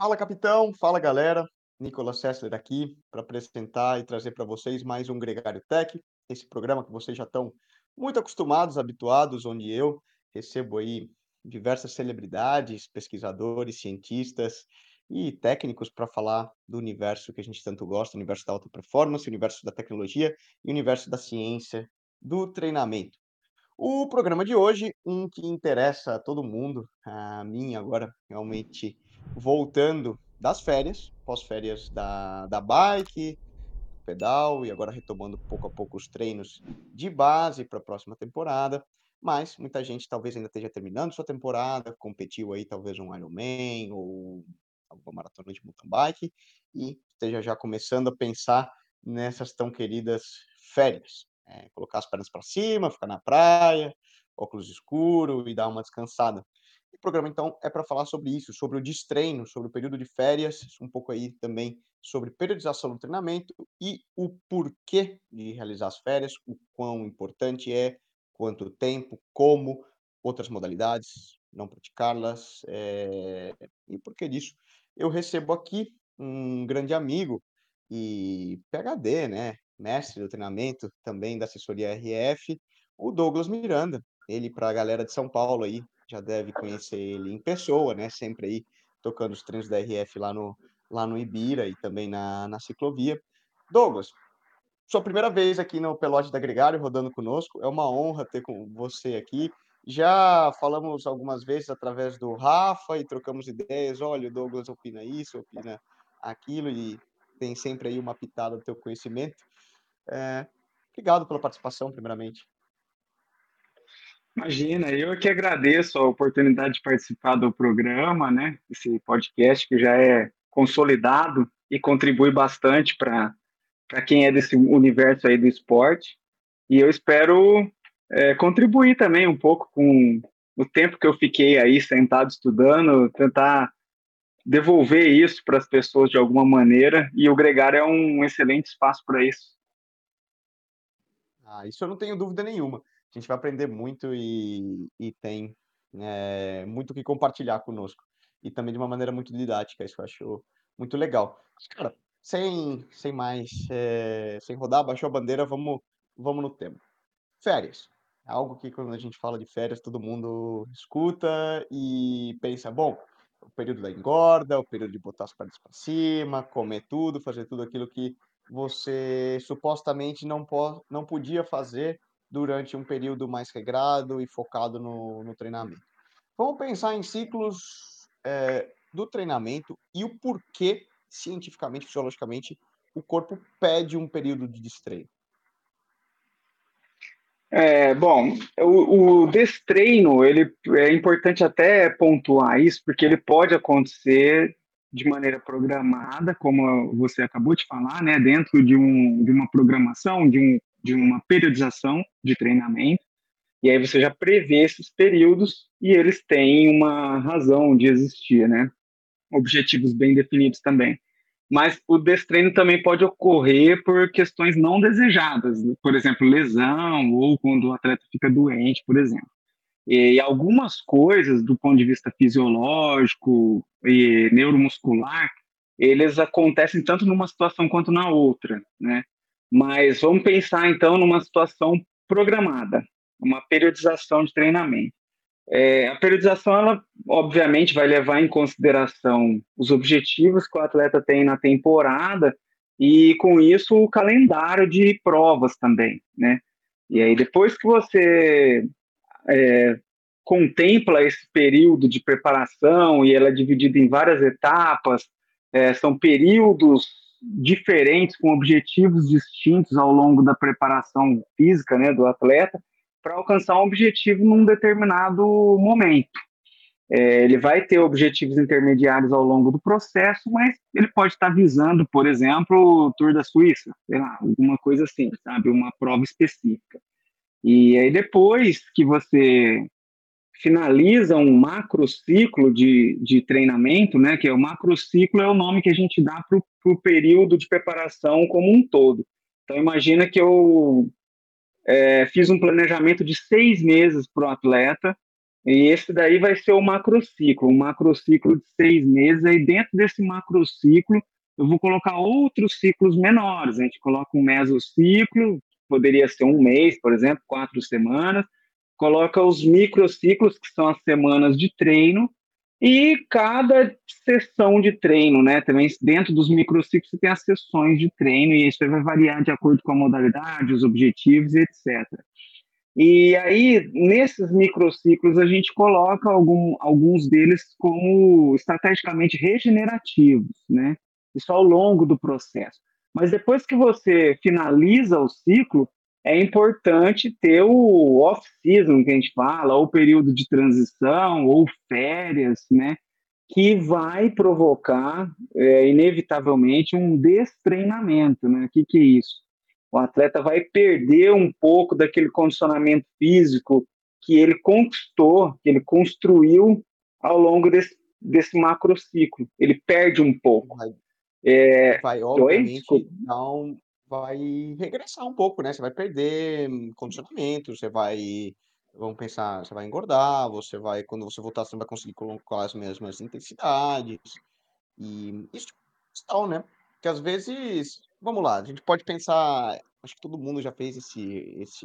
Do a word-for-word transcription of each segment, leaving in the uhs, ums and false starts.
Fala, capitão. Fala, galera. Nicolas Sessler aqui para apresentar e trazer para vocês mais um Gregário Tech, esse programa que vocês já estão muito acostumados, habituados, onde eu recebo aí diversas celebridades, pesquisadores, cientistas e técnicos para falar do universo que a gente tanto gosta, o universo da alta performance, o universo da tecnologia e o universo da ciência, do treinamento. O programa de hoje, um que interessa a todo mundo, a mim agora realmente voltando das férias, pós-férias da da bike, pedal e agora retomando pouco a pouco os treinos de base para a próxima temporada, mas muita gente talvez ainda esteja terminando sua temporada, competiu aí talvez um Ironman ou alguma maratona de mountain bike e esteja já começando a pensar nessas tão queridas férias. Eh, colocar as pernas para cima, ficar na praia, óculos escuro e dar uma descansada. O programa então é para falar sobre isso, sobre o destreino, sobre o período de férias, um pouco aí também sobre periodização do treinamento e o porquê de realizar as férias, o quão importante é, quanto tempo, como, outras modalidades, não praticá-las, eh, e o porquê disso. Eu recebo aqui um grande amigo e PhD, né, mestre do treinamento, também da assessoria R F, o Douglas Miranda. Ele, para a galera de São Paulo aí, já deve conhecer ele em pessoa, né, sempre aí tocando os treinos da R F lá no lá no Ibira e também na na ciclovia. Douglas, sua primeira vez aqui no Pelote da Gregário rodando conosco, é uma honra ter com você aqui. Já falamos algumas vezes através do Rafa e trocamos ideias, olha, o Douglas opina isso, opina aquilo e tem sempre aí uma pitada do teu conhecimento. Eh, Obrigado pela participação primeiramente. Imagina, eu que agradeço a oportunidade de participar do programa, né? Esse podcast que já é consolidado e contribui bastante para para quem é desse universo aí do esporte. E eu espero é, contribuir também um pouco com o tempo que eu fiquei aí sentado estudando, tentar devolver isso para as pessoas de alguma maneira. E o Gregário é um excelente espaço para isso. Ah, isso eu não tenho dúvida nenhuma. A gente vai aprender muito e e tem, eh, muito o que compartilhar conosco. E também de uma maneira muito didática, isso eu acho muito legal. Mas, cara, sem sem mais, eh, sem rodar, baixou a bandeira, vamos vamos no tema. Férias. É algo que quando a gente fala de férias, todo mundo escuta e pensa: "Bom, o período da engorda, o período de botar as pernas para cima, comer tudo, fazer tudo aquilo que você supostamente não po não podia fazer durante um período mais regrado e focado no no treinamento". Vamos pensar em ciclos, eh, do treinamento e o porquê, cientificamente, fisiologicamente, o corpo pede um período de destreino. É, bom, o, o destreino, ele é importante até pontuar isso, porque ele pode acontecer de maneira programada, como você acabou de falar, né, dentro de, um, de uma programação, de, um, de uma periodização de treinamento, e aí você já prevê esses períodos e eles têm uma razão de existir, né, objetivos bem definidos também. Mas o destreino também pode ocorrer por questões não desejadas, né? Por exemplo, lesão ou quando o atleta fica doente, por exemplo. E algumas coisas, do ponto de vista fisiológico e neuromuscular, eles acontecem tanto numa situação quanto na outra, né? Mas vamos pensar então numa situação programada, uma periodização de treinamento. É, a periodização, ela obviamente vai levar em consideração os objetivos que o atleta tem na temporada e, com isso, o calendário de provas também, né? E aí, depois que você é, contempla esse período de preparação e ela é dividida em várias etapas, é, são períodos diferentes, com objetivos distintos ao longo da preparação física, né, do atleta, para alcançar um objetivo num determinado momento. É, ele vai ter objetivos intermediários ao longo do processo, mas ele pode estar visando, por exemplo, o Tour da Suíça, sei lá, alguma coisa assim, sabe, uma prova específica. E aí depois que você finaliza um macrociclo de, de treinamento, né, que é o macrociclo é o nome que a gente dá para o período de preparação como um todo. Então imagina que eu é, fiz um planejamento de seis meses para o atleta, E esse daí vai ser o macrociclo, um macrociclo de seis meses. Aí dentro desse macrociclo, eu vou colocar outros ciclos menores. A gente coloca um mesociclo, poderia ser um mês, por exemplo, quatro semanas. Coloca os microciclos, que são as semanas de treino, e cada sessão de treino, né? Também dentro dos microciclos você tem as sessões de treino, e isso vai variar de acordo com a modalidade, os objetivos, etcétera. E aí, nesses microciclos, a gente coloca algum, alguns deles como estrategicamente regenerativos, né? Isso ao longo do processo. Mas depois que você finaliza o ciclo, é importante ter o off-season, que a gente fala, ou período de transição, ou férias, né? Que vai provocar, é, inevitavelmente, um destreinamento, né? O que, que é isso? O atleta vai perder um pouco daquele condicionamento físico que ele conquistou, que ele construiu ao longo desse, desse macrociclo. Ele perde um pouco. Vai, É... vai, Oi? obviamente, Desculpa. dar um, vai regressar um pouco, né? Você vai perder hum, condicionamento, você vai, vamos pensar, você vai engordar, você vai, quando você voltar, você não vai conseguir colocar as mesmas intensidades. E isso é tal, né? Porque às vezes, vamos lá, a gente pode pensar, acho que todo mundo já fez esse, esse,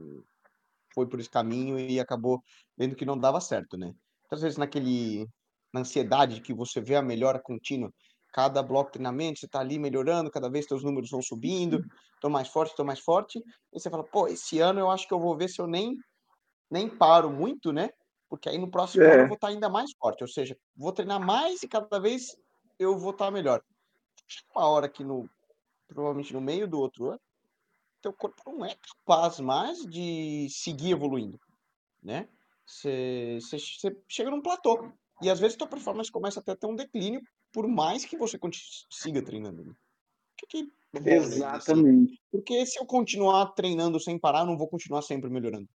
foi por esse caminho e acabou vendo que não dava certo, né? Às vezes naquele, na ansiedade de que você vê a melhora contínua, cada bloco de treinamento, você tá ali melhorando, cada vez seus números vão subindo, tô mais forte, tô mais forte, e você fala, pô, esse ano eu acho que eu vou ver se eu nem, nem paro muito, né? Porque aí no próximo ano eu vou É, estar ainda mais forte, ou seja, vou treinar mais e cada vez eu vou estar melhor. Chega uma hora que no, provavelmente no meio do outro ano, teu corpo não é capaz mais de seguir evoluindo, né? Você chega num platô. E às vezes tua performance começa até a ter um declínio, por mais que você siga treinando. Né? O que, que rola aí nesse. exatamente. Porque se eu continuar treinando sem parar, eu não vou continuar sempre melhorando.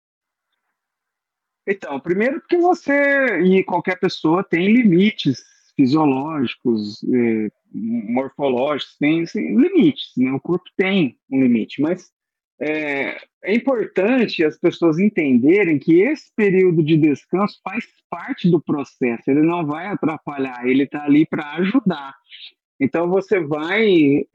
Então, primeiro porque você e qualquer pessoa tem limites fisiológicos, eh, morfológicos, tem assim, limites, né? O corpo tem um limite, mas é, é importante as pessoas entenderem que esse período de descanso faz parte do processo, ele não vai atrapalhar, ele está ali para ajudar. Então você vai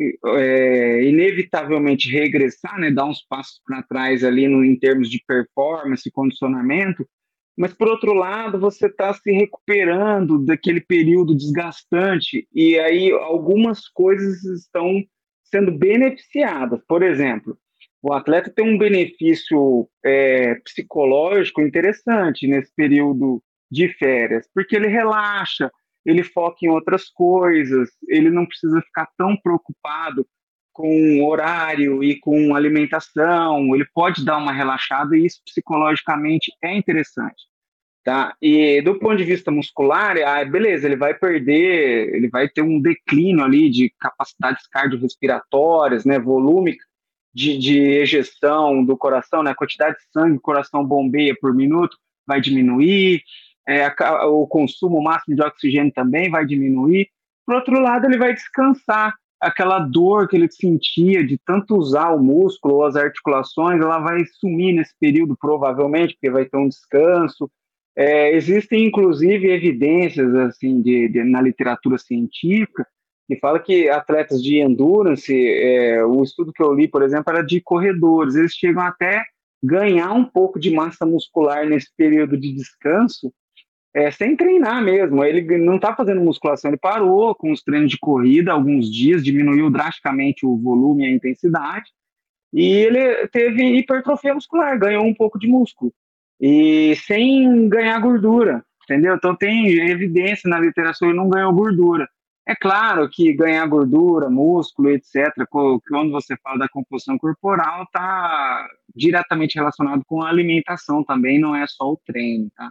é, inevitavelmente regressar, né, dar uns passos para trás ali no, em termos de performance, condicionamento, mas por outro lado você está se recuperando daquele período desgastante e aí algumas coisas estão sendo beneficiadas. Por exemplo, o atleta tem um benefício é, psicológico interessante nesse período de férias, porque ele relaxa, ele foca em outras coisas, ele não precisa ficar tão preocupado com horário e com alimentação, ele pode dar uma relaxada e isso psicologicamente é interessante. Tá? E do ponto de vista muscular, ah, beleza, ele vai perder, ele vai ter um declínio ali de capacidades cardiorrespiratórias, né, volume de, de ejeção do coração, né, a quantidade de sangue que o coração bombeia por minuto vai diminuir, é, a, o consumo máximo de oxigênio também vai diminuir. Por outro lado, ele vai descansar. Aquela dor que ele sentia de tanto usar o músculo ou as articulações, ela vai sumir nesse período, provavelmente, porque vai ter um descanso. É, existem, inclusive, evidências assim de, de, na literatura científica que fala que atletas de endurance, é, o estudo que eu li, por exemplo, era de corredores, eles chegam até ganhar um pouco de massa muscular nesse período de descanso, é, sem treinar mesmo. Ele não está fazendo musculação, ele parou com os treinos de corrida alguns dias, diminuiu drasticamente o volume e a intensidade, e ele teve hipertrofia muscular, ganhou um pouco de músculo. E sem ganhar gordura, entendeu? Então tem evidência na literatura que não ganhou gordura. É claro que ganhar gordura, músculo, etcétera, quando você fala da composição corporal, está diretamente relacionado com a alimentação também, não é só o treino, tá?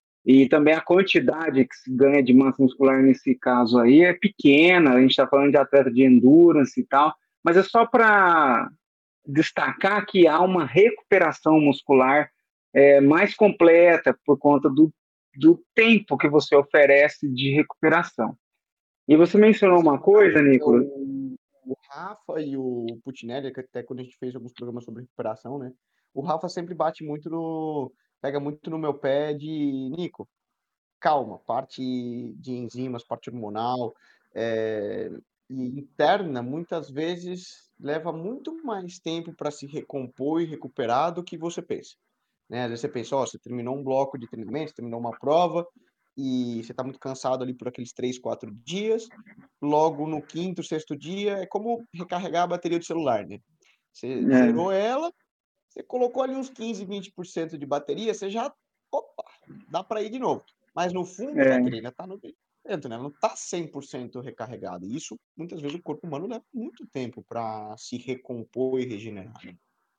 E também a quantidade que se ganha de massa muscular nesse caso aí é pequena, a gente está falando de atleta de endurance e tal, mas é só para destacar que há uma recuperação muscular é, mais completa por conta do, do tempo que você oferece de recuperação. E você mencionou Esse é uma um cara, coisa, Nicolas. o, o Rafa e o Putinelli, que até quando a gente fez alguns programas sobre recuperação, né? O Rafa sempre bate muito no, pega muito no meu pé de: "Nico, calma, parte de enzimas, parte hormonal, eh, e interna, muitas vezes leva muito mais tempo para se recompor e recuperar do que você pensa", né. Às vezes você pensa: ó, você terminou um bloco de treinamento, você terminou uma prova, e você está muito cansado ali por aqueles três, quatro dias, logo no quinto, sexto dia é como recarregar a bateria do celular, né. Você É, zerou ela, você colocou ali uns quinze, vinte por cento de bateria, você já: "Opa, dá para ir de novo". Mas no fundo a é. bateria ainda está no dentro, né, ela não está cem por cento recarregada. E isso, muitas vezes, o corpo humano leva muito tempo para se recompor e regenerar, né.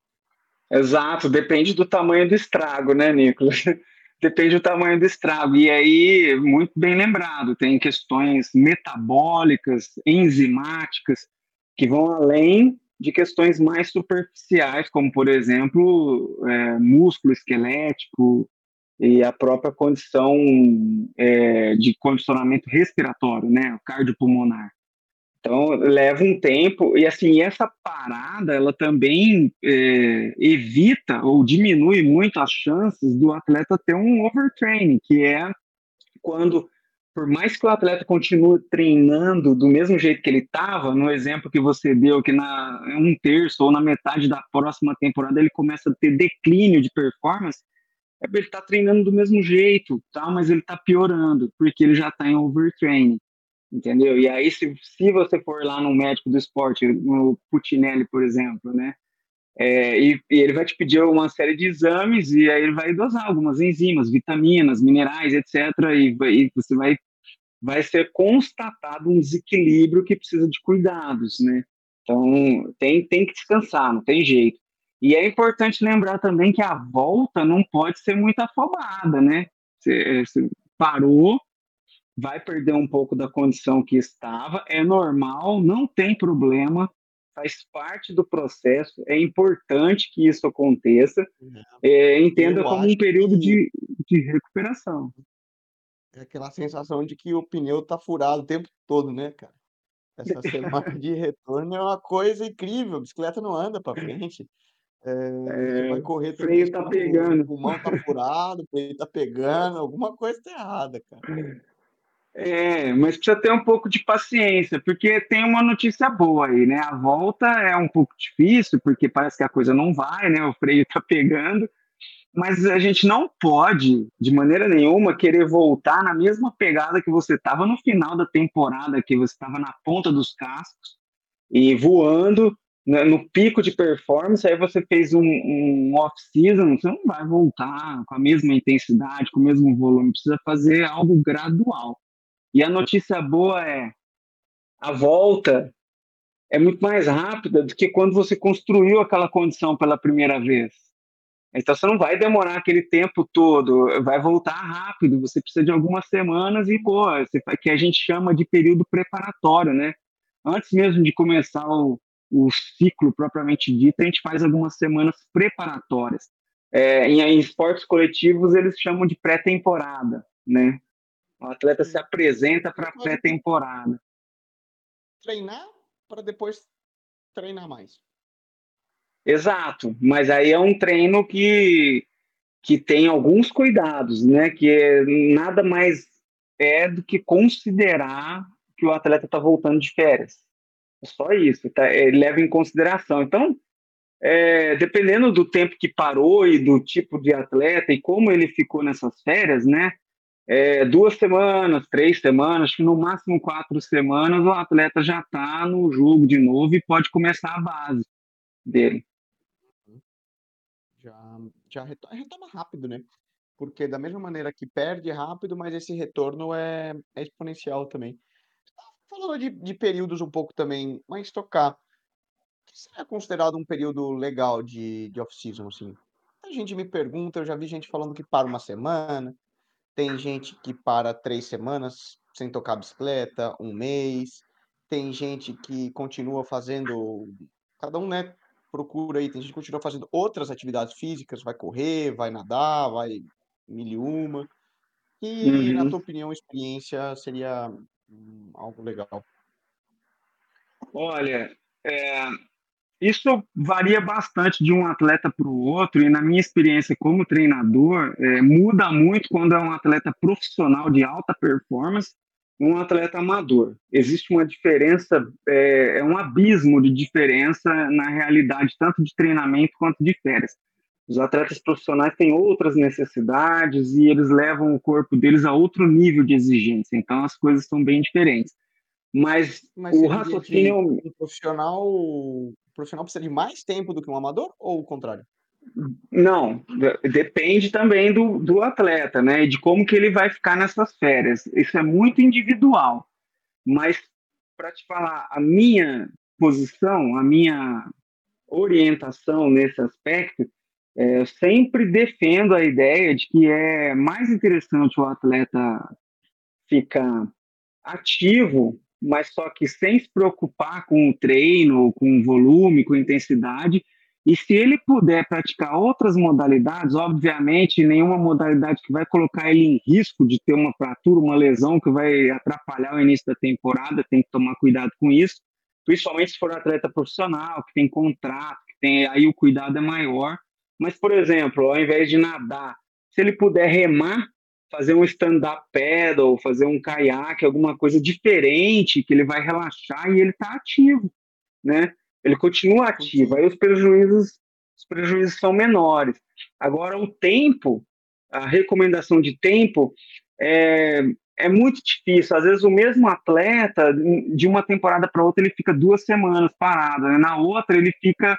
Exato, depende do tamanho do estrago, né, Nicolas? Depende do tamanho do estrago. E aí, muito bem lembrado, tem questões metabólicas, enzimáticas, que vão além de questões mais superficiais, como, por exemplo, é, músculo esquelético e a própria condição é, de condicionamento respiratório, né, o cardiopulmonar. Então, leva um tempo, e assim, essa parada, ela também é, evita ou diminui muito as chances do atleta ter um overtraining, que é quando, por mais que o atleta continue treinando do mesmo jeito que ele estava, no exemplo que você deu, que na um terço ou na metade da próxima temporada ele começa a ter declínio de performance, é porque ele está treinando do mesmo jeito, tá? Mas ele está piorando, porque ele já está em overtraining. Entendeu? E aí, se, se você for lá no médico do esporte, no Putinelli, por exemplo, né? É, e, e ele vai te pedir uma série de exames e aí ele vai dosar algumas enzimas, vitaminas, minerais, etcétera. E, e você vai, vai ser constatado um desequilíbrio que precisa de cuidados, né? Então, tem, tem que descansar, não tem jeito. E é importante lembrar também que a volta não pode ser muito afobada, né? Você, você parou, vai perder um pouco da condição que estava, é normal, não tem problema, faz parte do processo, é importante que isso aconteça, É. é, entenda Eu como acho um período que de, de recuperação. é aquela sensação de que o pneu tá furado o tempo todo, né, cara. Essa semana de retorno é uma coisa incrível, a bicicleta não anda para frente. Eh, você vai É, o correr, você freio pensa: está "Pô, o pegando. pulmão tá furado, o peito tá pegando, alguma coisa tá errada, cara". É, mas precisa ter um pouco de paciência, porque tem uma notícia boa aí, né? A volta é um pouco difícil, porque parece que a coisa não vai, né? O freio está pegando, mas a gente não pode, de maneira nenhuma, querer voltar na mesma pegada que você estava no final da temporada, que você estava na ponta dos cascos e voando, né, no pico de performance. Aí você fez um, um off-season, você não vai voltar com a mesma intensidade, com o mesmo volume, precisa fazer algo gradual. E a notícia boa é, a volta é muito mais rápida do que quando você construiu aquela condição pela primeira vez. Então você não vai demorar aquele tempo todo, vai voltar rápido, você precisa de algumas semanas e, pô, você, que a gente chama de período preparatório, né? Antes mesmo de começar o, o ciclo propriamente dito, a gente faz algumas semanas preparatórias. É, em, em esportes coletivos, eles chamam de pré-temporada, né? O atleta se Sim. apresenta É para a quase que pré-temporada. treinar para depois treinar mais. Exato, mas aí é um treino que que tem alguns cuidados, né? Que é nada mais é do que considerar que o atleta está voltando de férias. É só isso, tá? Ele leva em consideração. Então, é, dependendo do tempo que parou e do tipo de atleta e como ele ficou nessas férias, né? É, duas semanas, três semanas, acho que no máximo quatro semanas, o atleta já está no jogo de novo e pode começar a base dele. Uhum. Já já reto retoma rápido, né. Porque da mesma maneira que perde rápido, mas esse retorno é é exponencial também. Falando de de períodos um pouco também mais tocar, o que seria considerado um período legal de de off-season, assim? A gente me pergunta, eu já vi gente falando que para uma semana, tem gente que para três semanas sem tocar bicicleta, um mês, tem gente que continua fazendo cada um, né, procura aí, tem gente que continua fazendo outras atividades físicas, vai correr, vai nadar, vai mil e uma. E na Uhum. tua opinião, experiência seria, hum, algo legal? Olha, é, isso varia bastante de um atleta para o outro, e na minha experiência como treinador, é, muda muito quando é um atleta profissional de alta performance e um atleta amador. Existe uma diferença, é, é um abismo de diferença na realidade, tanto de treinamento quanto de férias. Os atletas profissionais têm outras necessidades e eles levam o corpo deles a outro nível de exigência, então as coisas são bem diferentes. Mas Mas o você diria que raciocínio. um profissional, um profissional precisa de mais tempo do que um amador ou o contrário? Não, de- depende também do, do atleta, né? E de como que ele vai ficar nessas férias. Isso é muito individual. Mas, para te falar, a minha posição, a minha orientação nesse aspecto, é, eu sempre defendo a ideia de que é mais interessante o atleta ficar ativo, mas só que sem se preocupar com o treino, com o volume, com a intensidade. E se ele puder praticar outras modalidades, obviamente, nenhuma modalidade que vai colocar ele em risco de ter uma fratura, uma lesão que vai atrapalhar o início da temporada, tem que tomar cuidado com isso, principalmente se for um atleta profissional, que tem contrato, que tem, aí o cuidado é maior. Mas, por exemplo, ao invés de nadar, se ele puder remar, fazer um stand-up paddle, fazer um caiaque, alguma coisa diferente, que ele vai relaxar e ele está ativo, né? Ele continua ativo, Porque aí os prejuízos, os prejuízos são menores. Agora, o tempo, a recomendação de tempo é, é muito difícil. Às vezes, o mesmo atleta, de uma temporada para outra, ele fica duas semanas parado, né? Na outra, ele fica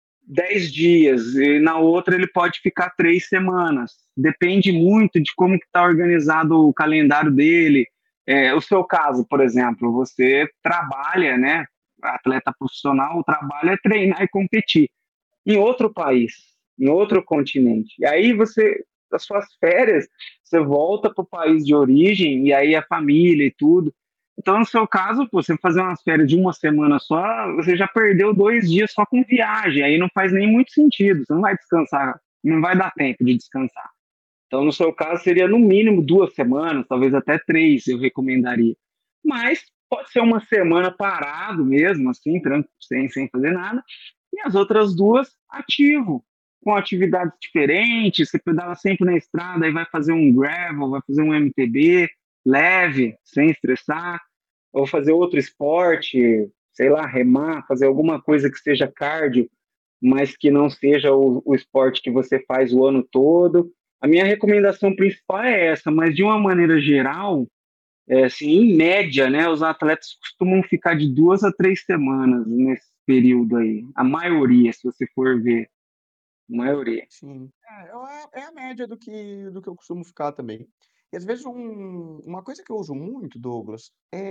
dez dias, e na outra ele pode ficar três semanas. Depende muito de como está organizado o calendário dele. É, o seu caso, por exemplo, você trabalha, né? Atleta profissional, o trabalho é treinar e competir em outro país, em outro continente. E aí você, as suas férias, você volta para o país de origem e aí a família e tudo. Então, no seu caso, pô, você fazer umas férias de uma semana só, você já perdeu dois dias só com viagem, aí não faz nem muito sentido, você não vai descansar, não vai dar tempo de descansar. Então, no seu caso, seria no mínimo duas semanas, talvez até três, eu recomendaria. Mas pode ser uma semana parado mesmo, assim, tranquilo, sem, sem fazer nada, e as outras duas ativo, com atividades diferentes. Você pedala sempre na estrada, aí vai fazer um gravel, vai fazer um M T B leve, sem estressar, ou fazer outro esporte, sei lá, remar, fazer alguma coisa que seja cardio, mas que não seja o, o esporte que você faz o ano todo. A minha recomendação principal é essa, mas de uma maneira geral, é, assim, em média, né, os atletas costumam ficar de duas a três semanas nesse período aí. A maioria, se você for ver, a maioria. sim, é, eu é é a média do que do que eu costumo ficar também. E às vezes um uma coisa que eu uso muito, Douglas,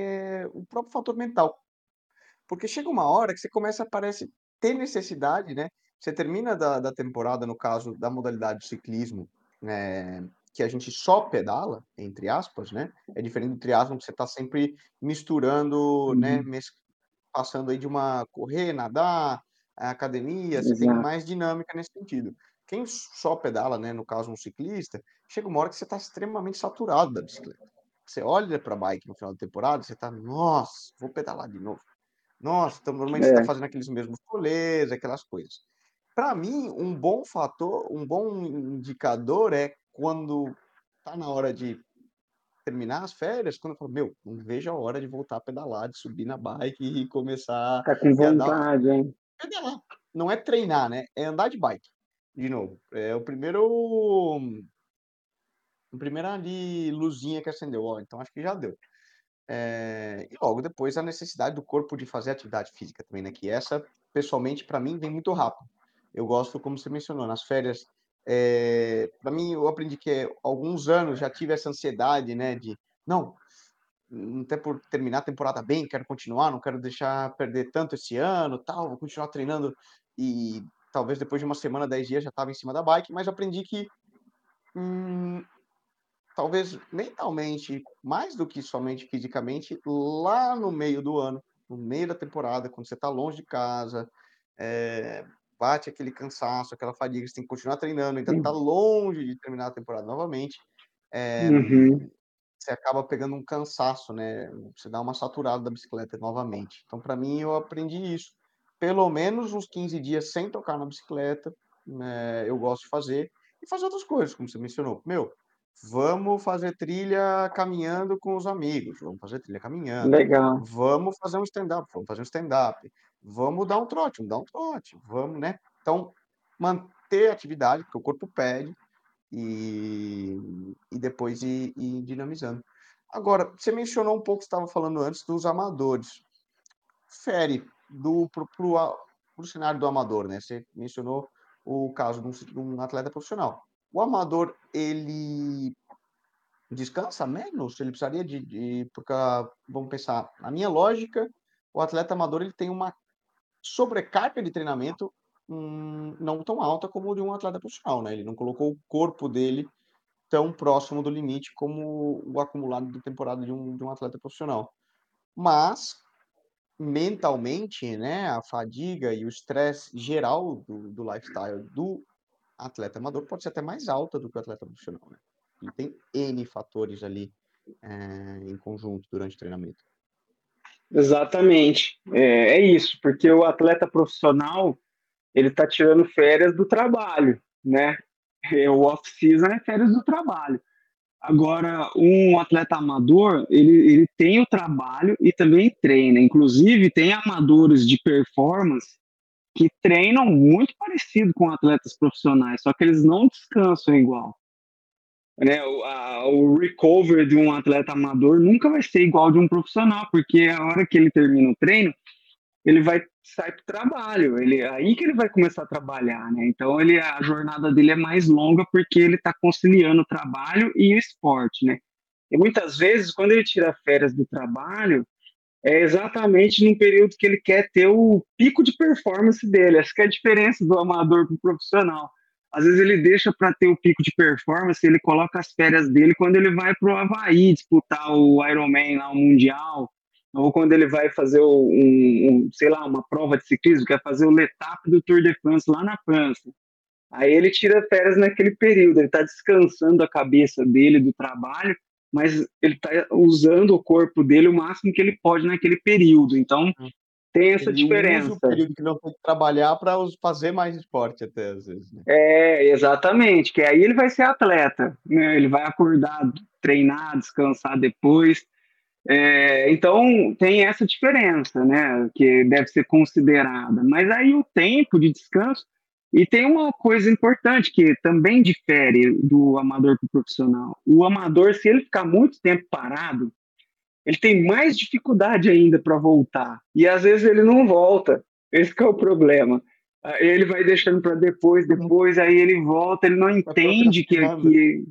é o próprio fator mental. Porque chega uma hora que você começa a parece ter necessidade, né, você termina da da temporada, no caso da modalidade de ciclismo, eh, que a gente só pedala, entre aspas, né, é diferente do triatlon que você está sempre misturando, né, Uhum. mes passando aí de uma correr, nadar, academia, você tem Exato. mais dinâmica nesse sentido. Quem só pedala, né, no caso um ciclista, chega uma hora que você está extremamente saturado da bicicleta. Você olha para a bike no final da temporada, você está: "Nossa, vou pedalar de novo". Nossa, então normalmente você está É, fazendo aqueles mesmos rolês, aquelas coisas. Para mim, um bom fator, um bom indicador é quando tá na hora de terminar as férias, quando eu falo: "Meu, não vejo a hora de voltar a pedalar, de subir na bike e começar tá com e a dar vontade, hein? pedalar". Não é treinar, né, é andar de bike, de novo. É o primeiro a primeira ali luzinha que acendeu, ó, então acho que já deu. Eh, e logo depois a necessidade do corpo de fazer atividade física também, né, que essa, pessoalmente, para mim, vem muito rápido. Eu gosto, como você mencionou, nas férias, eh, para mim, eu aprendi que há alguns anos já tive essa ansiedade, né, de: "Não, hum, até por terminar a temporada bem, quero continuar, não quero deixar perder tanto esse ano, tal, vou continuar treinando", e talvez depois de uma semana, dez dias já estava em cima da bike, mas aprendi que, hum, talvez mentalmente, mais do que somente fisicamente, lá no meio do ano, no meio da temporada, quando você está longe de casa, eh, bate aquele cansaço, aquela fadiga, você tem que continuar treinando, ainda está longe de terminar a temporada novamente, eh, Uhum. você acaba pegando um cansaço, né, você dá uma saturada da bicicleta novamente. Então, para mim, eu aprendi isso. pelo menos uns quinze dias sem tocar na bicicleta, né, eu gosto de fazer, e fazer outras coisas, como você mencionou. Meu, vamos fazer trilha caminhando com os amigos, vamos fazer trilha caminhando. Legal. Vamos fazer um stand-up, vamos fazer um stand-up. Vamos dar um trote, vamos dar um trote, vamos, né? Então, manter a atividade, porque o corpo pede, e, e depois ir, ir dinamizando. Agora, você mencionou um pouco, você estava falando antes dos amadores. Fere do, pro, pro, a- pro cenário do amador, né? Você mencionou o caso de um, de um atleta profissional. O amador, ele descansa menos? Ele precisaria de, de... Porque, vamos pensar, na minha lógica, o atleta amador ele tem uma sobrecarga de treinamento hum, não tão alta como o de um atleta profissional, né? Ele não colocou o corpo dele tão próximo do limite como o acumulado de temporada de um, de um atleta profissional. Mas, mentalmente, né, a fadiga e o estresse geral do, do lifestyle do atleta amador pode ser até mais alta do que o atleta profissional, né? Ele tem N fatores ali é, em conjunto durante o treinamento. Exatamente. É, é isso, porque o atleta profissional, ele está tirando férias do trabalho, né? É, o off-season é férias do trabalho. Agora, um atleta amador, ele, ele tem o trabalho e também treina. Inclusive, tem amadores de performance que treinam muito parecido com atletas profissionais, só que eles não descansam igual. Né? O, a, o recovery de um atleta amador nunca vai ser igual de um profissional, porque a hora que ele termina o treino, ele vai sair para o trabalho, ele, aí que ele vai começar a trabalhar, né? Então ele, a jornada dele é mais longa porque ele está conciliando o trabalho e o esporte, né? E muitas vezes, quando ele tira férias do trabalho, é exatamente no período que ele quer ter o pico de performance dele. Essa que é a diferença do amador para o profissional. Às vezes ele deixa para ter o pico de performance, ele coloca as férias dele quando ele vai para o Havaí disputar o Ironman, lá, o Mundial, ou quando ele vai fazer um, um, sei lá, uma prova de ciclismo, quer fazer o L'Etape do Tour de France lá na França. Aí ele tira férias naquele período, ele está descansando a cabeça dele do trabalho, mas ele está usando o corpo dele o máximo que ele pode naquele período. Então, tem essa Ele usa o diferença. período que não tem que trabalhar para fazer mais esporte até às vezes, né? É, exatamente, que aí ele vai ser atleta, né? Ele vai acordar, treinar, descansar depois. É, então, tem essa diferença, né, que deve ser considerada. Mas aí o tempo de descanso, e tem uma coisa importante que também difere do amador para o profissional. O amador, se ele ficar muito tempo parado, ele tem mais dificuldade ainda para voltar. E às vezes ele não volta. Esse que é o problema. Aí ele vai deixando para depois, depois, aí ele volta, ele não Vai entende que, procrastinando. que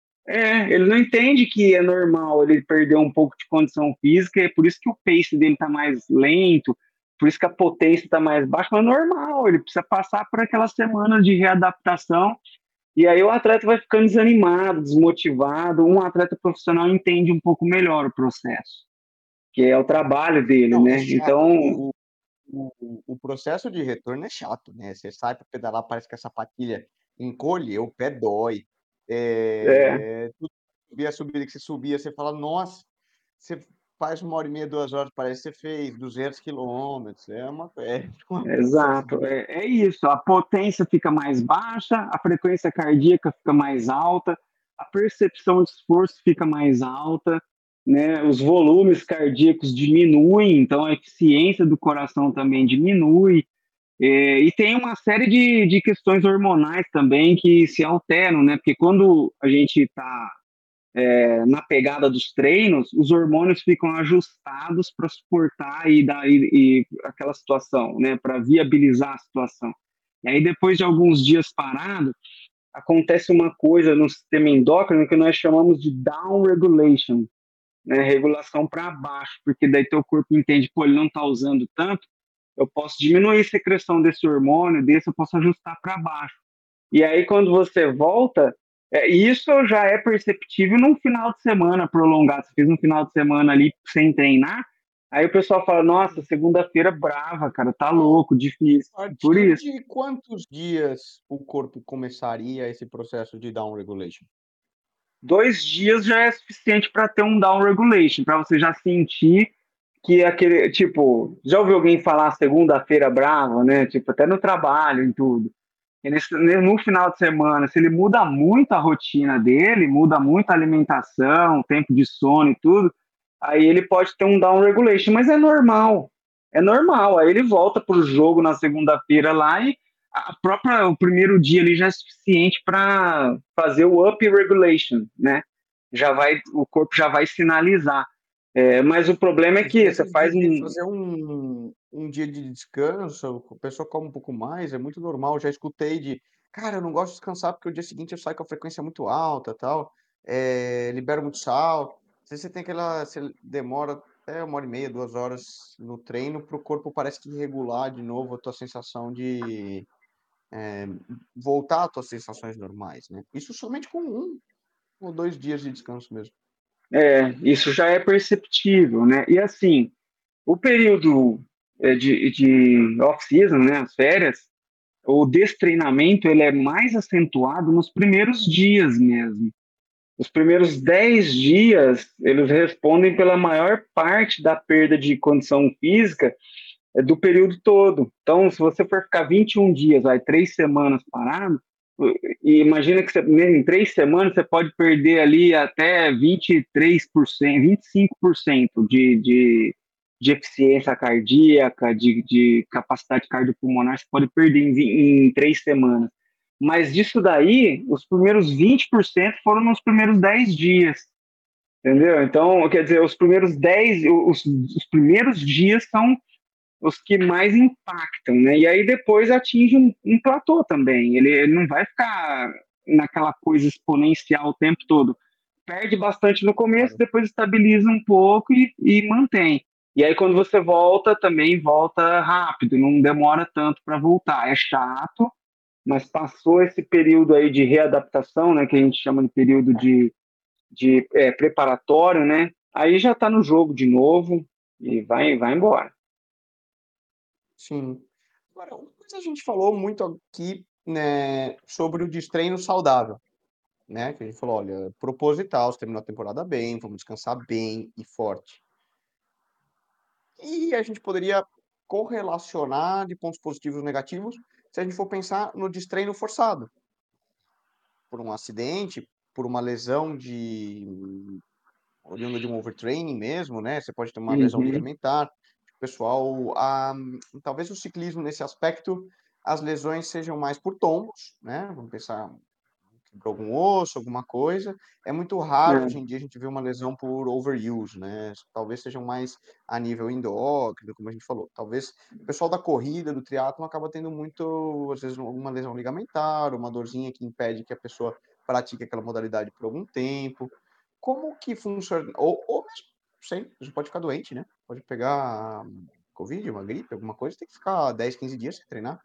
é, ele não entende que é normal ele perder um pouco de condição física, é por isso que o pace dele está mais lento, por isso que a potência está mais baixa, mas é normal, ele precisa passar por aquela semana de readaptação, e aí o atleta vai ficando desanimado, desmotivado. Um atleta profissional entende um pouco melhor o processo, que é o trabalho dele, Não, é né? chato. Então, O, o, o, o processo de retorno é chato, né? Você sai para pedalar, parece que a sapatilha encolhe, o pé dói. é, É, tudo subir a subida que você subia, você fala, nossa, você faz uma hora e meia, duas horas, parece que você fez duzentos quilômetros. É uma, é um processo exato, de... é, é isso. A potência fica mais baixa, a frequência cardíaca fica mais alta, a percepção de esforço fica mais alta, né? Os volumes cardíacos diminuem, então a eficiência do coração também diminui. É, e tem uma série de, de questões hormonais também que se alteram, né? Porque quando a gente está é, na pegada dos treinos, os hormônios ficam ajustados para suportar e dar e, e aquela situação, né? Para viabilizar a situação. E aí, depois de alguns dias parado, acontece uma coisa no sistema endócrino que nós chamamos de down regulation, né? Regulação para baixo, porque daí teu corpo entende, pô, ele não está usando tanto, eu posso diminuir a secreção desse hormônio, desse eu posso ajustar para baixo. E aí, quando você volta, é, isso já é perceptível num final de semana prolongado. Você fez um final de semana ali sem treinar, aí o pessoal fala, nossa, segunda-feira brava, cara, tá louco, difícil. A Por partir isso, de quantos dias o corpo começaria esse processo de down regulation? dois dias já é suficiente para ter um down regulation, para você já sentir que é aquele, tipo, já ouviu alguém falar segunda-feira brava, né? Tipo, até no trabalho, em tudo. E nesse, no final de semana, se ele muda muito a rotina dele, muda muito a alimentação, o tempo de sono e tudo, aí ele pode ter um down regulation, mas é normal. É normal. Aí ele volta pro jogo na segunda-feira lá e a própria, o primeiro dia ali já é suficiente para fazer o up regulation, né? Já vai, o corpo já vai sinalizar. É, mas o problema é Esse que você esse dia faz de um. fazer um um dia de descanso, a pessoa come um pouco mais, é muito normal. Já escutei de: "Cara, eu não gosto de descansar porque o dia seguinte eu saio com a frequência muito alta, tal, eh, libero muito sal". Se você tem aquela você demora até uma hora e meia, duas horas no treino, para o corpo parece que regular de novo a tua sensação de, eh, voltar às tuas sensações normais, né. Isso somente com um ou dois dias de descanso mesmo. É, isso já é perceptível, né? E assim, o período é, de, de off-season, né, as férias, o destreinamento ele é mais acentuado nos primeiros dias mesmo. Os primeiros dez dias, eles respondem pela maior parte da perda de condição física é, do período todo. Então, se você for ficar vinte e um dias, vai, três semanas parado, e imagina que você, em três semanas você pode perder ali até vinte e três por cento, vinte e cinco por cento de, de, de eficiência cardíaca, de, de capacidade cardiopulmonar, você pode perder em, em três semanas. Mas disso daí, os primeiros vinte por cento foram nos primeiros dez dias. Entendeu? Então, quer dizer, os primeiros dez, os, os primeiros dias são os que mais impactam, né? E aí depois atinge um, um platô também. Ele, ele não vai ficar naquela coisa exponencial o tempo todo. Perde bastante no começo, Claro. depois estabiliza um pouco e, e mantém. E aí quando você volta, também volta rápido, não demora tanto para voltar. É chato, mas passou esse período aí de readaptação, né, que a gente chama de período de, de é, preparatório, né? Aí já está no jogo de novo e vai, vai embora. Sim. Agora, uma coisa a gente falou muito aqui, né, sobre o destreino saudável, né, que a gente falou: "Olha, proposital, você terminou a temporada bem, vamos descansar bem e forte". E a gente poderia correlacionar de pontos positivos e negativos, se a gente for pensar no destreino forçado, por um acidente, por uma lesão de oriunda de um overtraining mesmo, né, você pode ter uma lesão Uhum. ligamentar. O pessoal, ah, talvez o ciclismo nesse aspecto, as lesões sejam mais por tombos, né, vamos pensar, quebrou algum osso, alguma coisa. É muito raro hoje É. em dia a gente ver uma lesão por overuse, né, talvez sejam mais a nível endócrino, como a gente falou. Talvez o pessoal da corrida, do triatlon, acaba tendo muito, às vezes, uma lesão ligamentar, uma dorzinha que impede que a pessoa pratique aquela modalidade por algum tempo. Como que funciona ou ou mesmo sem, a gente pode ficar doente, né, pode pegar covid, uma gripe, alguma coisa, tem que ficar dez, quinze dias sem treinar.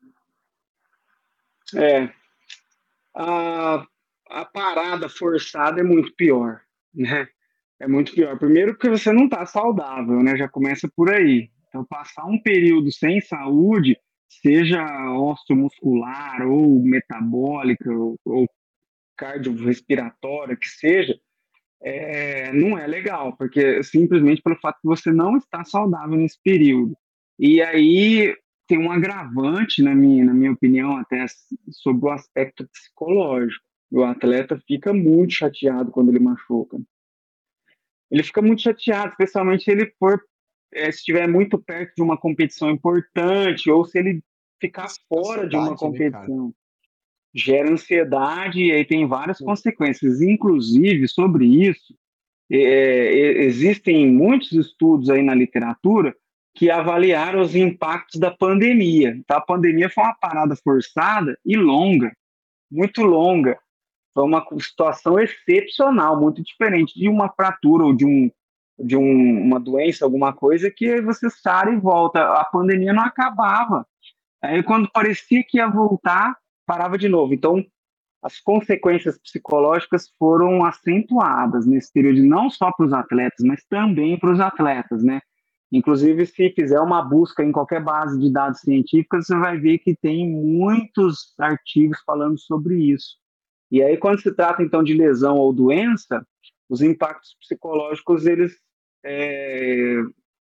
É, a, a parada forçada é muito pior, né? É muito pior. Primeiro porque você não está saudável, né? Já começa por aí. Então, passar um período sem saúde, seja osteomuscular ou metabólica ou, ou cardiorrespiratória, que seja, é, não é legal, porque simplesmente pelo fato de você não estar saudável nesse período. E aí tem um agravante, na minha, na minha opinião, até sobre o aspecto psicológico. O atleta fica muito chateado quando ele machuca. Ele fica muito chateado, especialmente se ele for, é, se estiver muito perto de uma competição importante ou se ele ficar fora de uma Ansiedade, né, cara? competição. Gera ansiedade e aí tem várias consequências. Inclusive, sobre isso, é, existem muitos estudos aí na literatura que avaliaram os impactos da pandemia. Tá? A pandemia foi uma parada forçada e longa, muito longa. Foi uma situação excepcional, muito diferente de uma fratura ou de, um, de um, uma doença, alguma coisa que você sai e volta. A pandemia não acabava. Aí, quando parecia que ia voltar, parava de novo. Então, as consequências psicológicas foram acentuadas nesse período, não só para os atletas, mas também para os atletas, né? Inclusive, se fizer uma busca em qualquer base de dados científicas, você vai ver que tem muitos artigos falando sobre isso. E aí, quando se trata, então, de lesão ou doença, os impactos psicológicos, eles é,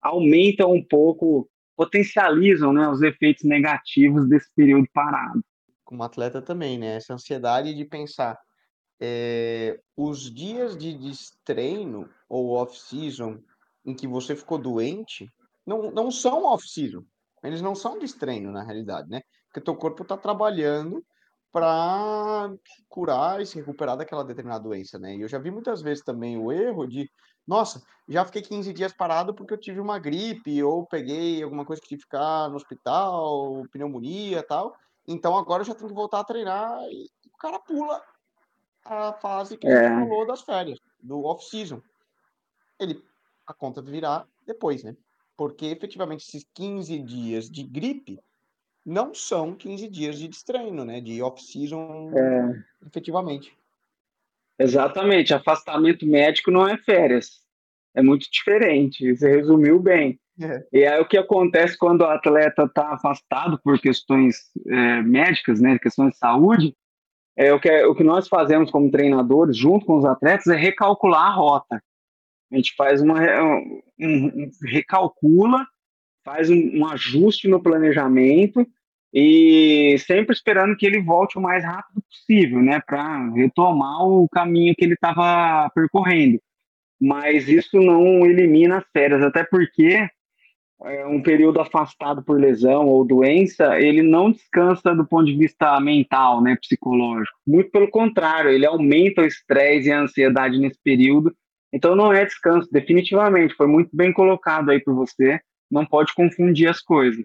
aumentam um pouco, potencializam, né, os efeitos negativos desse período parado. Como atleta também, né? Essa ansiedade de pensar, eh, os dias de destreino ou off-season em que você ficou doente, não, não são off-season. Eles não são destreino, na realidade, né? Porque teu corpo está trabalhando para curar e se recuperar daquela determinada doença, né? E eu já vi muitas vezes também o erro de, nossa, já fiquei quinze dias parado porque eu tive uma gripe ou peguei alguma coisa que tive que ficar no hospital, pneumonia e tal. Então agora eu já tenho que voltar a treinar e o cara pula a fase que a gente É, falou das férias, do off-season. Ele, a conta virá depois, né? Porque efetivamente esses quinze dias de gripe não são quinze dias de destreino, né? De off-season é, efetivamente. exatamente, afastamento médico não é férias, é muito diferente, você resumiu bem. É. E aí o que acontece quando o atleta está afastado por questões é, médicas, né, questões de saúde, é o que, o que nós fazemos como treinadores, junto com os atletas, é recalcular a rota. A gente faz uma um, um, recalcula, faz um, um ajuste no planejamento e sempre esperando que ele volte o mais rápido possível, né, para retomar o caminho que ele estava percorrendo. Mas isso não elimina as férias, até porque é, um período afastado por lesão ou doença, ele não descansa do ponto de vista mental, né, psicológico. Muito pelo contrário, ele aumenta o estresse e a ansiedade nesse período. Então não é descanso, definitivamente. Foi muito bem colocado aí por você. Não pode confundir as coisas.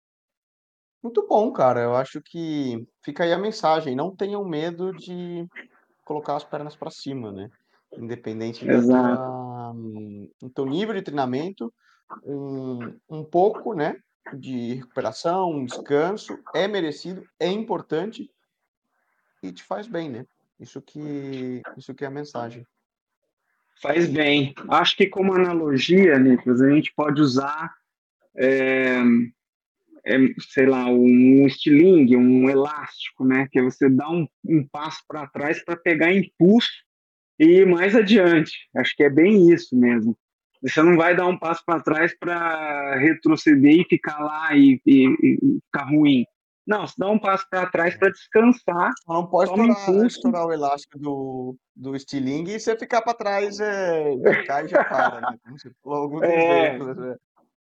Muito bom, cara. Eu acho que fica aí a mensagem. Não tenham medo de colocar as pernas para cima, né? Independente da Exato. tua, hum, do teu nível de treinamento, um, um pouco, né, de recuperação, um descanso é merecido, é importante e te faz bem, né? Isso que, isso que é a mensagem. Faz bem. Acho que como analogia, Nicolas, a gente pode usar, é, é, sei lá, um estilingue, um elástico, né? Que é você dá um, um passo para trás para pegar impulso e ir mais adiante. Acho que é bem isso mesmo. Você não vai dar um passo para trás para retroceder e ficar lá e, e, e ficar ruim. Não, você dá um passo para trás para descansar, Só não pode toma estourar, impulso. estourar o elástico do, do estilingue e você ficar para trás, é, já cai e já para, né? Como você falou alguns É, exemplos, né?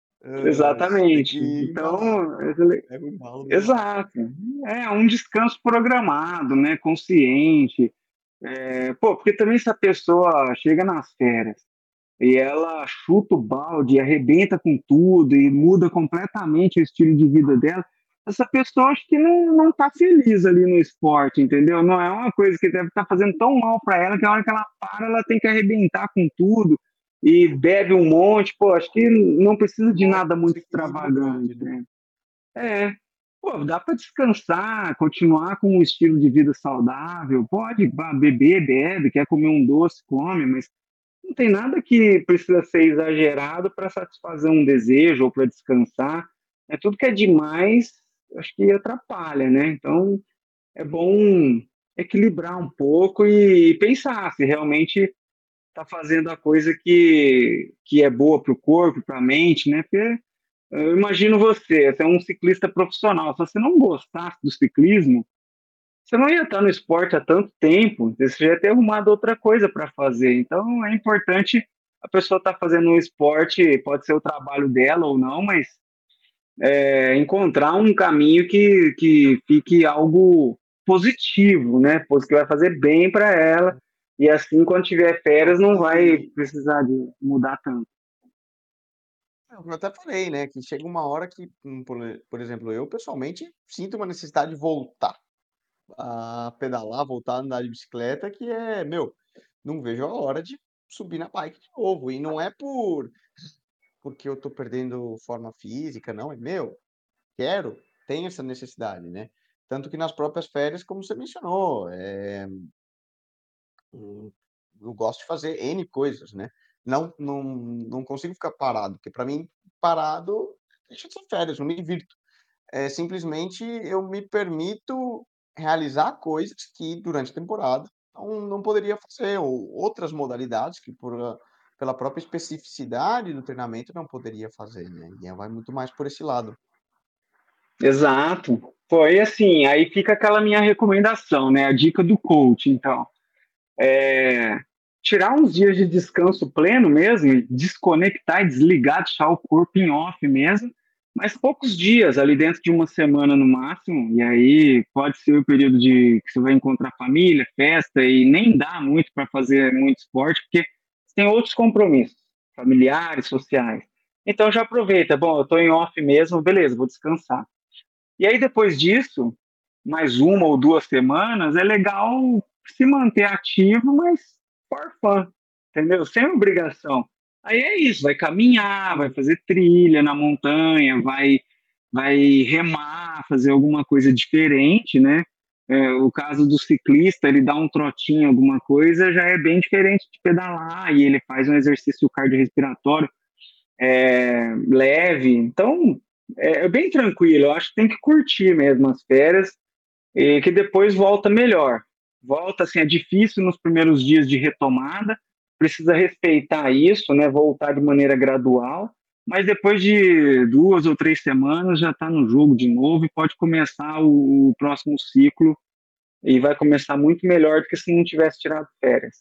É, tem que exatamente. embalar, Então, pega o embalo do elástico. exato. É um descanso programado, né? Consciente. É, pô, porque também se a pessoa chega nas férias e ela chuta o balde, arrebenta com tudo e muda completamente o estilo de vida dela, essa pessoa acho que não, não tá feliz ali no esporte, entendeu? Não é uma coisa que deve estar fazendo tão mal para ela que a hora que ela para, ela tem que arrebentar com tudo e bebe um monte. Pô, acho que não precisa de Mostra nada um muito desequilíbrio extravagante, grande, né? né? É, pô, dá para descansar, continuar com um estilo de vida saudável, pode bah, beber, bebe, quer comer um doce, come, mas não tem nada que precisa ser exagerado para satisfazer um desejo ou para descansar. É tudo que é demais, acho que atrapalha, né? Então é bom equilibrar um pouco e pensar se realmente está fazendo a coisa que, que é boa para o corpo, para a mente, né? Porque eu imagino você, você é um ciclista profissional. Se você não gostasse do ciclismo, você não ia estar no esporte há tanto tempo, você já ia ter arrumado outra coisa para fazer. Então é importante a pessoa estar fazendo um esporte, pode ser o trabalho dela ou não, mas é, encontrar um caminho que, que fique algo positivo, né? Pois que vai fazer bem para ela. E assim, quando tiver É o férias, não vai que, precisar de mudar tanto. é o que eu até falei, né? Que chega uma hora que, hum, por, por exemplo, eu pessoalmente sinto uma necessidade de voltar a pedalar, voltar a andar de bicicleta, que é, meu, não vejo a hora de subir na bike de novo. E não é por porque eu tô perdendo forma física, não, é meu, quero, tenho essa necessidade, né? Tanto que nas próprias férias, como você mencionou, é, hum, eu gosto de fazer N coisas, né? Não, não, não consigo ficar parado, porque para mim, parado deixa de ser férias, não me divirto. É, simplesmente eu me permito realizar coisas que durante a temporada não, não poderia fazer, ou outras modalidades que por, pela própria especificidade do treinamento, não poderia fazer, né? E vai muito mais por esse lado. Exato. Foi assim, aí fica aquela minha recomendação, né? A dica do coach, então. É, tirar uns dias de descanso pleno mesmo, desconectar e desligar, deixar o corpo em off mesmo, mas poucos dias, ali dentro de uma semana no máximo, e aí pode ser o período de que você vai encontrar família, festa, e nem dá muito para fazer muito esporte, porque você tem outros compromissos, familiares, sociais. Então já aproveita, bom, eu estou em off mesmo, beleza, vou descansar. E aí, depois disso, mais uma ou duas semanas, é legal se manter ativo, mas for fun, entendeu? Sem obrigação. Aí é isso, vai caminhar, vai fazer trilha na montanha, vai, vai remar, fazer alguma coisa diferente, né? É, o caso do ciclista, ele dá um trotinho, alguma coisa, já é bem diferente de pedalar, e ele faz um exercício cardiorrespiratório é, leve. Então, é, é bem tranquilo. Eu acho que tem que curtir mesmo as férias e que depois volta melhor. Volta, assim, é difícil nos primeiros dias de retomada, precisa respeitar isso, né? Voltar de maneira gradual, mas depois de duas ou três semanas já está no jogo de novo e pode começar o, o próximo ciclo e vai começar muito melhor do que se não tivesse tirado férias.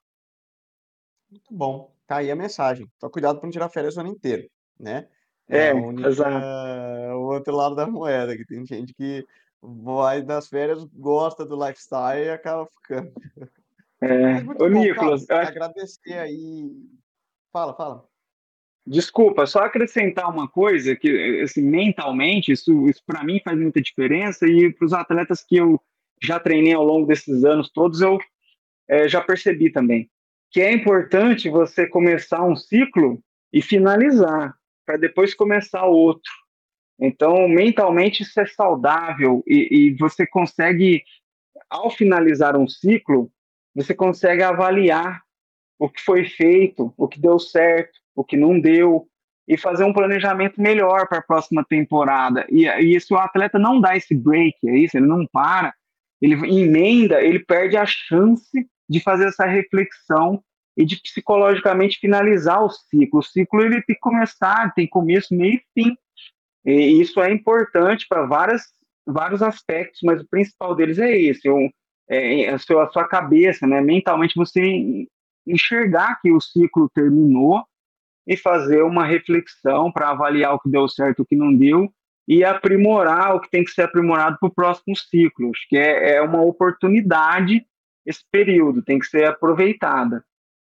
Muito bom. Tá aí a mensagem. Só cuidado para não tirar férias o ano inteiro, né? É a É, única, exato. o outro lado da moeda, que tem gente que vai das férias, gosta do lifestyle e acaba ficando. Mas É. muito Ô, bom, cara. Nicolas, eu acho Agradecer aí. Fala, fala. Desculpa, só acrescentar uma coisa que, assim, mentalmente, isso, isso para mim faz muita diferença e para os atletas que eu já treinei ao longo desses anos todos, eu é, já percebi também que é importante você começar um ciclo e finalizar, para depois começar outro. Então, mentalmente, isso é saudável e, e você consegue, ao finalizar um ciclo, você consegue avaliar o que foi feito, o que deu certo, o que não deu, e fazer um planejamento melhor para a próxima temporada. E, e se o atleta não dá esse break, é isso, ele não para, ele emenda, ele perde a chance de fazer essa reflexão e de psicologicamente finalizar o ciclo. O ciclo ele tem que começar, tem começo, meio e fim. E isso é importante para vários aspectos, mas o principal deles é esse, eu, é, a, sua, a sua cabeça, né? Mentalmente você enxergar que o ciclo terminou e fazer uma reflexão para avaliar o que deu certo e o que não deu e aprimorar o que tem que ser aprimorado para o próximo ciclo. Acho que é, é uma oportunidade esse período, tem que ser aproveitada.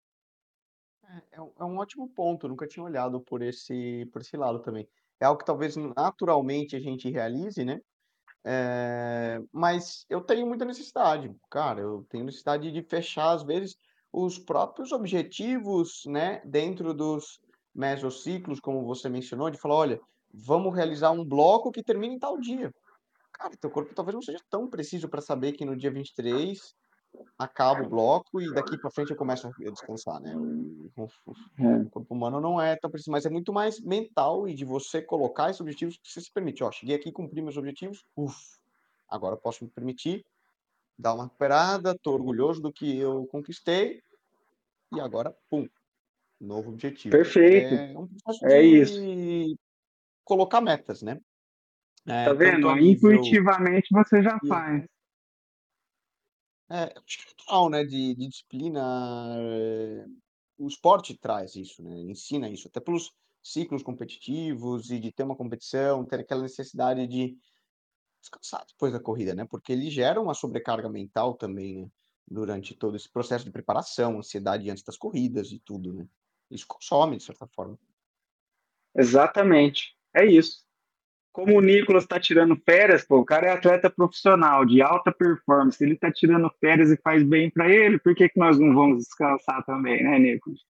É, é um é um ótimo ponto, eu nunca tinha olhado por esse, por esse lado também. É algo que talvez naturalmente a gente realize, né? É, mas eu tenho muita necessidade, cara. Eu tenho necessidade de fechar, às vezes, os próprios objetivos, né, dentro dos mesociclos, como você mencionou, de falar: olha, vamos realizar um bloco que termine em tal dia. Cara, teu corpo talvez não seja tão preciso para saber que no dia vinte e três acaba o bloco e daqui para frente eu começo a descansar, né? O, o, É, o corpo humano não é tão preciso, mas é muito mais mental e de você colocar esses objetivos que você se permite. Ó, cheguei aqui, cumpri meus objetivos, uf, agora eu posso me permitir dar uma recuperada, tô orgulhoso do que eu conquistei e agora, pum, novo objetivo. perfeito, É um processo é isso. de colocar metas, né? Tá É, tanto vendo? a Ó, nível. intuitivamente você já faz. É, acho que é natural, né? De, de disciplina. é, O esporte traz isso, né? Ensina isso, até pelos ciclos competitivos e de ter uma competição, ter aquela necessidade de descansar depois da corrida, né? Porque ele gera uma sobrecarga mental também, né? Durante todo esse processo de preparação, ansiedade antes das corridas e tudo, né? Isso consome, de certa forma. Exatamente, é isso. Como o Nicolas está tirando férias, pô, o cara é atleta profissional, de alta performance, ele está tirando férias e faz bem para ele, por que, que nós não vamos descansar também, né, Nicolas?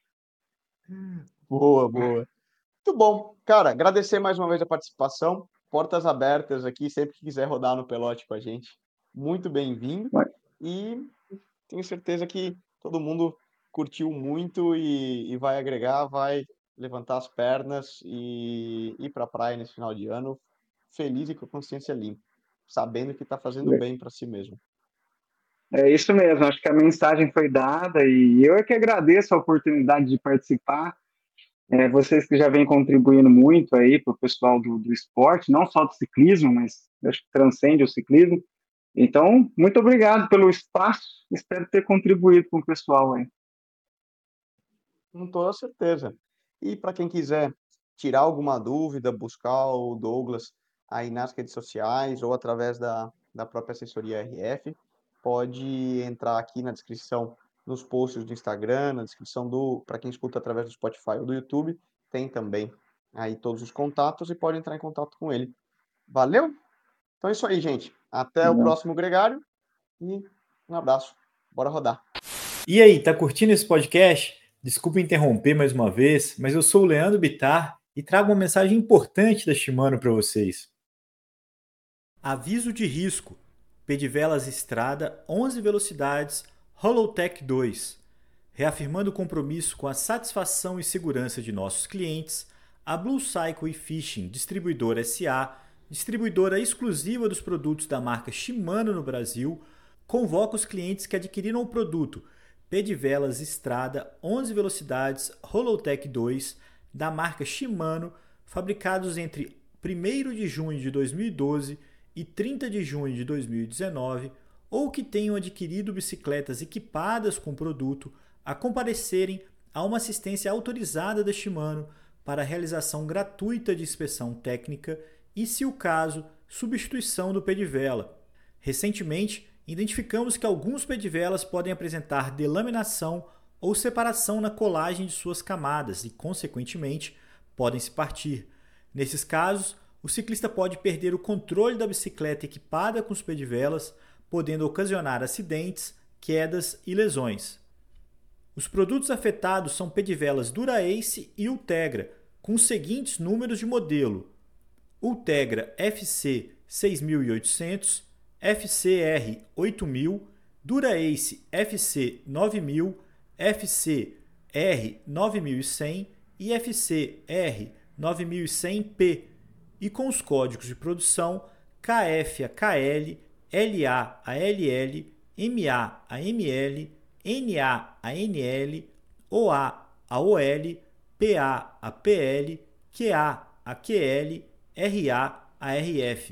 Boa, boa. Muito bom. Cara, agradecer mais uma vez a participação. Portas abertas aqui, sempre que quiser rodar no Pelote com a gente. Muito bem-vindo. E tenho certeza que todo mundo curtiu muito e, e vai agregar, vai levantar as pernas e ir para a praia nesse final de ano feliz e com a consciência limpa, sabendo que está fazendo bem para si mesmo. É isso mesmo, acho que a mensagem foi dada e eu é que agradeço a oportunidade de participar. É, vocês que já vêm contribuindo muito aí para o pessoal do, do esporte, não só do ciclismo, mas acho que transcende o ciclismo. Então, muito obrigado pelo espaço, espero ter contribuído com o pessoal aí. Com toda certeza. E para quem quiser tirar alguma dúvida, buscar o Douglas aí nas redes sociais ou através da, da própria assessoria R F, pode entrar aqui na descrição, nos posts do Instagram, na descrição do, para quem escuta através do Spotify ou do YouTube, tem também aí todos os contatos e pode entrar em contato com ele. Valeu? Então é isso aí, gente. Até o próximo Gregário e um abraço. Bora rodar. E aí, tá curtindo esse podcast? Desculpa interromper mais uma vez, mas eu sou o Leandro Bittar e trago uma mensagem importante da Shimano para vocês. Aviso de risco. Pedivelas Estrada onze velocidades Hollowtech dois. Reafirmando o compromisso com a satisfação e segurança de nossos clientes, a Blue Cycle Fishing Distribuidora S A, distribuidora exclusiva dos produtos da marca Shimano no Brasil, convoca os clientes que adquiriram o produto Pedivelas Estrada onze velocidades Hollowtech dois da marca Shimano, fabricados entre primeiro de junho de dois mil e doze e trinta de junho de dois mil e dezenove, ou que tenham adquirido bicicletas equipadas com o produto, a comparecerem a uma assistência autorizada da Shimano para a realização gratuita de inspeção técnica e, se o caso, substituição do pedivela. Recentemente, identificamos que alguns pedivelas podem apresentar delaminação ou separação na colagem de suas camadas e, consequentemente, podem se partir. Nesses casos, o ciclista pode perder o controle da bicicleta equipada com os pedivelas, podendo ocasionar acidentes, quedas e lesões. Os produtos afetados são pedivelas Dura-Ace e Ultegra, com os seguintes números de modelo: Ultegra F C seis mil e oitocentos, F C R oito mil, Dura-Ace F C nove mil, F C R nove mil e cem e F C R nove mil e cem P, e com os códigos de produção K F A K L, L A A L L, M A A M L, N A A N L, O A A O L, P A A P L, Q A A Q L, R A A R F.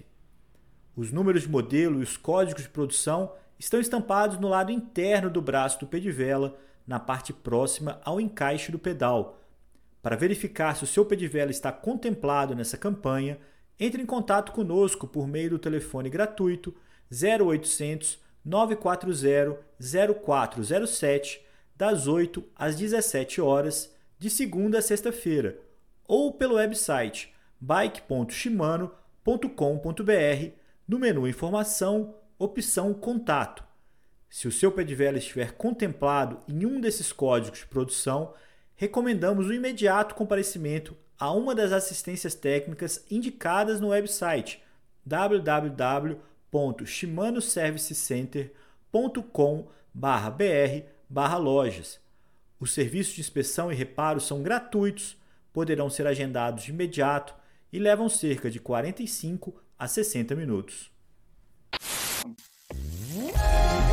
Os números de modelo e os códigos de produção estão estampados no lado interno do braço do pedivela, na parte próxima ao encaixe do pedal. Para verificar se o seu pedivela está contemplado nessa campanha, entre em contato conosco por meio do telefone gratuito zero oitocentos, nove quatro zero, zero quatro zero sete, das oito às dezessete horas, de segunda a sexta-feira, ou pelo website bike ponto shimano ponto com ponto b r, no menu Informação, opção Contato. Se o seu pedivela estiver contemplado em um desses códigos de produção, recomendamos o imediato comparecimento a uma das assistências técnicas indicadas no website w w w ponto shimano service center ponto com barra b r barra lojas. Os serviços de inspeção e reparo são gratuitos, poderão ser agendados de imediato e levam cerca de quarenta e cinco a sessenta minutos.